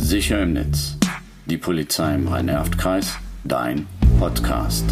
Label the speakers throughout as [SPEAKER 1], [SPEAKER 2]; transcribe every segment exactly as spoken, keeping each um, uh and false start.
[SPEAKER 1] Sicher im Netz. Die Polizei im Rhein-Erft-Kreis. Dein Podcast.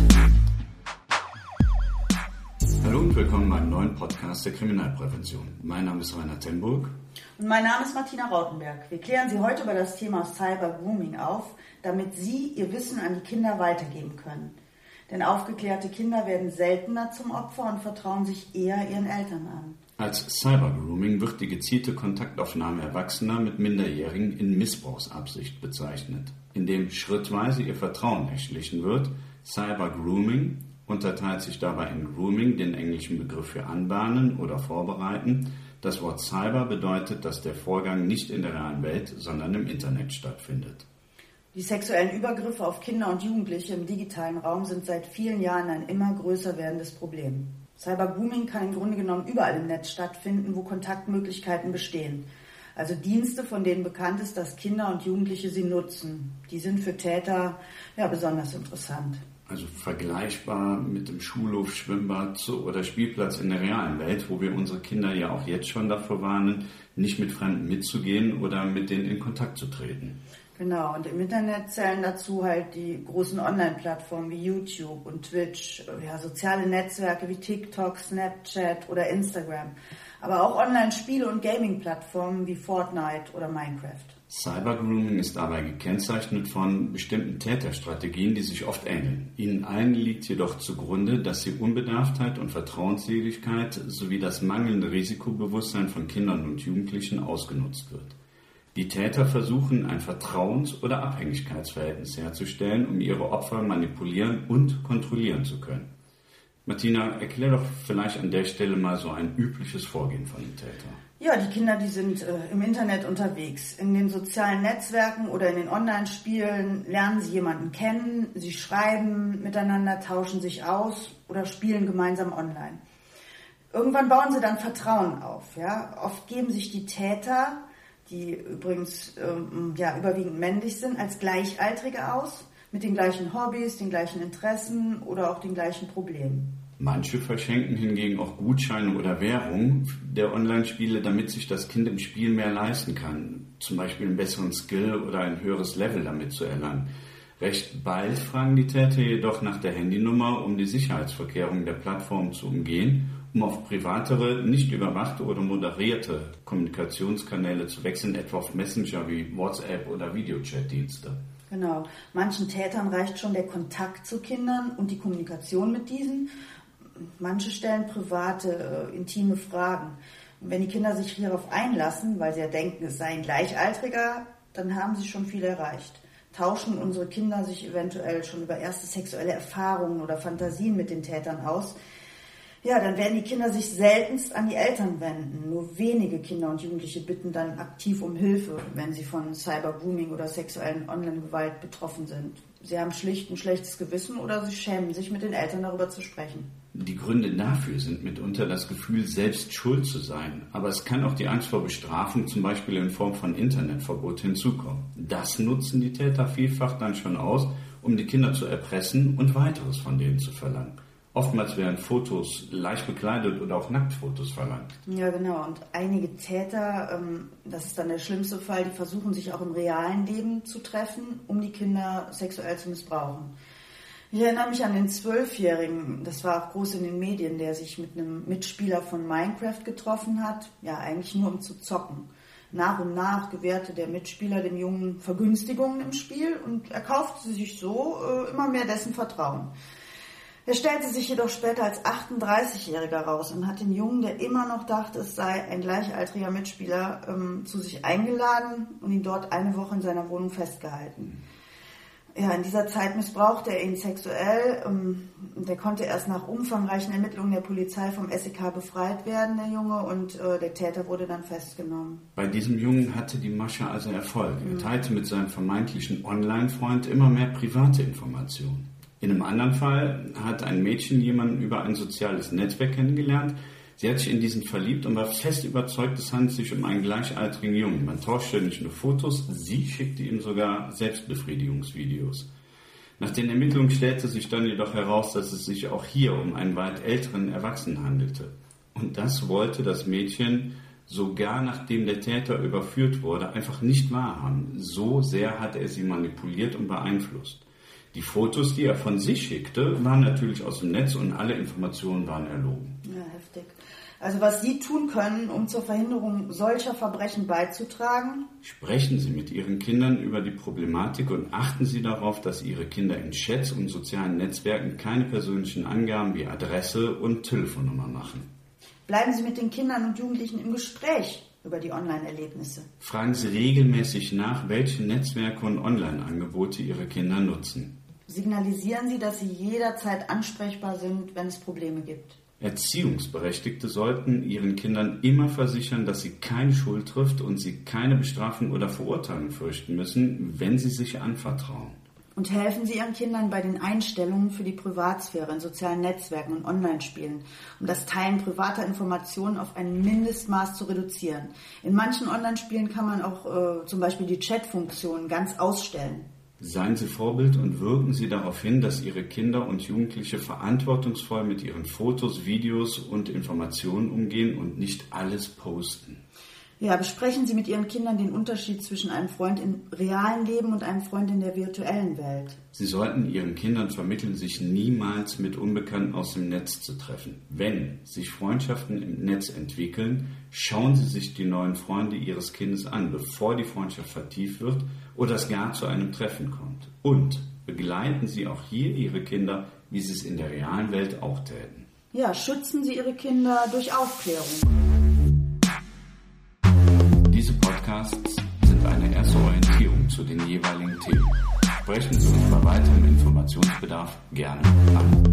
[SPEAKER 2] Hallo und willkommen beim neuen Podcast der Kriminalprävention. Mein Name ist Rainer Tenburg.
[SPEAKER 3] Und mein Name ist Martina Rautenberg. Wir klären Sie heute über das Thema Cyber-Grooming auf, damit Sie Ihr Wissen an die Kinder weitergeben können. Denn aufgeklärte Kinder werden seltener zum Opfer und vertrauen sich eher ihren Eltern an.
[SPEAKER 2] Als Cyber-Grooming wird die gezielte Kontaktaufnahme Erwachsener mit Minderjährigen in Missbrauchsabsicht bezeichnet, indem schrittweise ihr Vertrauen erschlichen wird. Cyber-Grooming unterteilt sich dabei in Grooming, den englischen Begriff für anbahnen oder vorbereiten. Das Wort Cyber bedeutet, dass der Vorgang nicht in der realen Welt, sondern im Internet stattfindet.
[SPEAKER 3] Die sexuellen Übergriffe auf Kinder und Jugendliche im digitalen Raum sind seit vielen Jahren ein immer größer werdendes Problem. Cybergrooming kann im Grunde genommen überall im Netz stattfinden, wo Kontaktmöglichkeiten bestehen. Also Dienste, von denen bekannt ist, dass Kinder und Jugendliche sie nutzen. Die sind für Täter ja besonders interessant.
[SPEAKER 2] Also vergleichbar mit dem Schulhof, Schwimmbad oder Spielplatz in der realen Welt, wo wir unsere Kinder ja auch jetzt schon davor warnen, nicht mit Fremden mitzugehen oder mit denen in Kontakt zu treten.
[SPEAKER 3] Genau, und im Internet zählen dazu halt die großen Online-Plattformen wie YouTube und Twitch, ja, soziale Netzwerke wie TikTok, Snapchat oder Instagram, aber auch Online-Spiele und Gaming-Plattformen wie Fortnite oder Minecraft.
[SPEAKER 2] Cybergrooming ist dabei gekennzeichnet von bestimmten Täterstrategien, die sich oft ähneln. Ihnen allen liegt jedoch zugrunde, dass die Unbedarftheit und Vertrauensseligkeit sowie das mangelnde Risikobewusstsein von Kindern und Jugendlichen ausgenutzt wird. Die Täter versuchen, ein Vertrauens- oder Abhängigkeitsverhältnis herzustellen, um ihre Opfer manipulieren und kontrollieren zu können. Martina, erklär doch vielleicht an der Stelle mal so ein übliches Vorgehen von dem Täter.
[SPEAKER 3] Ja, die Kinder, die sind äh, im Internet unterwegs. In den sozialen Netzwerken oder in den Online-Spielen lernen sie jemanden kennen, sie schreiben miteinander, tauschen sich aus oder spielen gemeinsam online. Irgendwann bauen sie dann Vertrauen auf. Ja? Oft geben sich die Täter, die übrigens ähm, ja, überwiegend männlich sind, als Gleichaltrige aus, mit den gleichen Hobbys, den gleichen Interessen oder auch den gleichen Problemen.
[SPEAKER 2] Manche verschenken hingegen auch Gutscheine oder Währung der Online-Spiele, damit sich das Kind im Spiel mehr leisten kann, zum Beispiel einen besseren Skill oder ein höheres Level damit zu erlangen. Recht bald fragen die Täter jedoch nach der Handynummer, um die Sicherheitsvorkehrungen der Plattform zu umgehen, um auf privatere, nicht überwachte oder moderierte Kommunikationskanäle zu wechseln, etwa auf Messenger wie WhatsApp oder Videochat-Dienste.
[SPEAKER 3] Genau. Manchen Tätern reicht schon der Kontakt zu Kindern und die Kommunikation mit diesen. Manche stellen private, äh, intime Fragen. Und wenn die Kinder sich hierauf einlassen, weil sie ja denken, es sei ein Gleichaltriger, dann haben sie schon viel erreicht. Tauschen unsere Kinder sich eventuell schon über erste sexuelle Erfahrungen oder Fantasien mit den Tätern aus, ja, dann werden die Kinder sich seltenst an die Eltern wenden. Nur wenige Kinder und Jugendliche bitten dann aktiv um Hilfe, wenn sie von Cybergrooming oder sexuellen Online-Gewalt betroffen sind. Sie haben schlicht ein schlechtes Gewissen oder sie schämen sich, mit den Eltern darüber zu sprechen.
[SPEAKER 2] Die Gründe dafür sind mitunter das Gefühl, selbst schuld zu sein. Aber es kann auch die Angst vor Bestrafung, zum Beispiel in Form von Internetverbot, hinzukommen. Das nutzen die Täter vielfach dann schon aus, um die Kinder zu erpressen und weiteres von denen zu verlangen. Oftmals werden Fotos leicht bekleidet oder auch Nacktfotos verlangt. Ja,
[SPEAKER 3] genau. Und einige Täter, das ist dann der schlimmste Fall, die versuchen sich auch im realen Leben zu treffen, um die Kinder sexuell zu missbrauchen. Ich erinnere mich an den Zwölfjährigen, das war auch groß in den Medien, der sich mit einem Mitspieler von Minecraft getroffen hat, ja eigentlich nur um zu zocken. Nach und nach gewährte der Mitspieler dem Jungen Vergünstigungen im Spiel und er kaufte sich so äh, immer mehr dessen Vertrauen. Er stellte sich jedoch später als achtunddreißigjähriger raus und hat den Jungen, der immer noch dachte, es sei ein gleichaltriger Mitspieler, ähm, zu sich eingeladen und ihn dort eine Woche in seiner Wohnung festgehalten. Ja, in dieser Zeit missbrauchte er ihn sexuell. Ähm, der konnte erst nach umfangreichen Ermittlungen der Polizei vom S E K befreit werden, der Junge, und äh, der Täter wurde dann festgenommen.
[SPEAKER 2] Bei diesem Jungen hatte die Masche also Erfolg. Er teilte mit seinem vermeintlichen Online-Freund immer mehr private Informationen. In einem anderen Fall hat ein Mädchen jemanden über ein soziales Netzwerk kennengelernt. Sie hat sich in diesen verliebt und war fest überzeugt, es handelt sich um einen gleichaltrigen Jungen. Man tauschte nicht nur Fotos, sie schickte ihm sogar Selbstbefriedigungsvideos. Nach den Ermittlungen stellte sich dann jedoch heraus, dass es sich auch hier um einen weit älteren Erwachsenen handelte. Und das wollte das Mädchen sogar nachdem der Täter überführt wurde, einfach nicht wahrhaben. So sehr hat er sie manipuliert und beeinflusst. Die Fotos, die er von sich schickte, waren natürlich aus dem Netz und alle Informationen waren erlogen.
[SPEAKER 3] Ja, heftig. Also was Sie tun können, um zur Verhinderung solcher Verbrechen beizutragen?
[SPEAKER 2] Sprechen Sie mit Ihren Kindern über die Problematik und achten Sie darauf, dass Ihre Kinder in Chats und sozialen Netzwerken keine persönlichen Angaben wie Adresse und Telefonnummer machen.
[SPEAKER 3] Bleiben Sie mit den Kindern und Jugendlichen im Gespräch über die Online-Erlebnisse.
[SPEAKER 2] Fragen Sie regelmäßig nach, welche Netzwerke und Online-Angebote Ihre Kinder nutzen.
[SPEAKER 3] Signalisieren Sie, dass Sie jederzeit ansprechbar sind, wenn es Probleme gibt.
[SPEAKER 2] Erziehungsberechtigte sollten ihren Kindern immer versichern, dass sie keine Schuld trifft und sie keine Bestrafung oder Verurteilung fürchten müssen, wenn sie sich anvertrauen.
[SPEAKER 3] Und helfen Sie Ihren Kindern bei den Einstellungen für die Privatsphäre in sozialen Netzwerken und Online-Spielen, um das Teilen privater Informationen auf ein Mindestmaß zu reduzieren. In manchen Online-Spielen kann man auch äh, zum Beispiel die Chat-Funktion ganz ausstellen.
[SPEAKER 2] Seien Sie Vorbild und wirken Sie darauf hin, dass Ihre Kinder und Jugendliche verantwortungsvoll mit ihren Fotos, Videos und Informationen umgehen und nicht alles posten.
[SPEAKER 3] Ja, besprechen Sie mit Ihren Kindern den Unterschied zwischen einem Freund im realen Leben und einem Freund in der virtuellen Welt.
[SPEAKER 2] Sie sollten Ihren Kindern vermitteln, sich niemals mit Unbekannten aus dem Netz zu treffen. Wenn sich Freundschaften im Netz entwickeln, schauen Sie sich die neuen Freunde Ihres Kindes an, bevor die Freundschaft vertieft wird oder es gar zu einem Treffen kommt. Und begleiten Sie auch hier Ihre Kinder, wie Sie es in der realen Welt auch täten.
[SPEAKER 3] Ja, schützen Sie Ihre Kinder durch Aufklärung.
[SPEAKER 2] Diese Podcasts sind eine erste Orientierung zu den jeweiligen Themen. Sprechen Sie uns bei weiterem Informationsbedarf gerne an.